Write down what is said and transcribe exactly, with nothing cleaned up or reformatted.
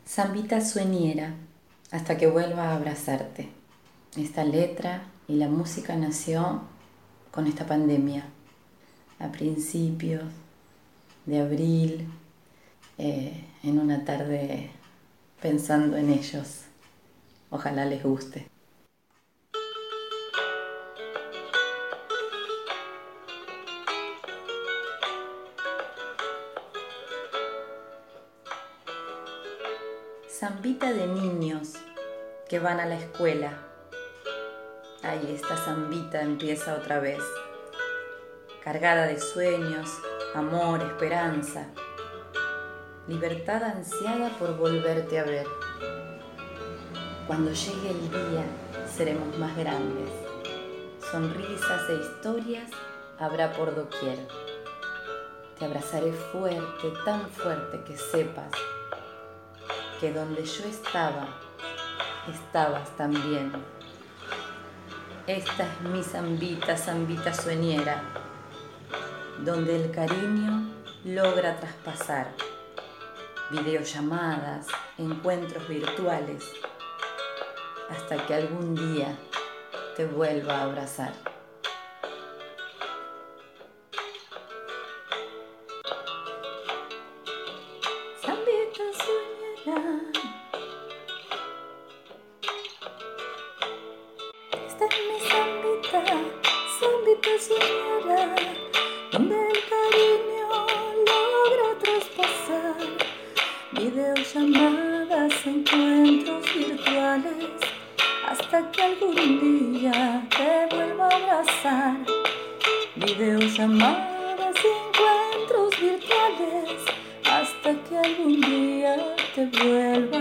Zambita sueñera, hasta que vuelva a abrazarte. Esta letra y la música nació con esta pandemia, a principios de abril, eh, en una tarde pensando en ellos. Ojalá les guste. Zambita de niños que van a la escuela. Ahí esta zambita empieza otra vez, cargada de sueños, amor, esperanza, libertad ansiada por volverte a ver. Cuando llegue el día seremos más grandes, sonrisas e historias habrá por doquier. Te abrazaré fuerte, tan fuerte que sepas que donde yo estaba, estabas también. Esta es mi zambita, zambita sueñera, donde el cariño logra traspasar videollamadas, encuentros virtuales, hasta que algún día te vuelva a abrazar. Zambita sueñera, esta es mi zambita, zambita sueñera, donde el cariño logra traspasar videollamadas, encuentros virtuales, hasta que algún día te vuelva a abrazar. Videollamadas, encuentros virtuales, hasta que algún día te vuelva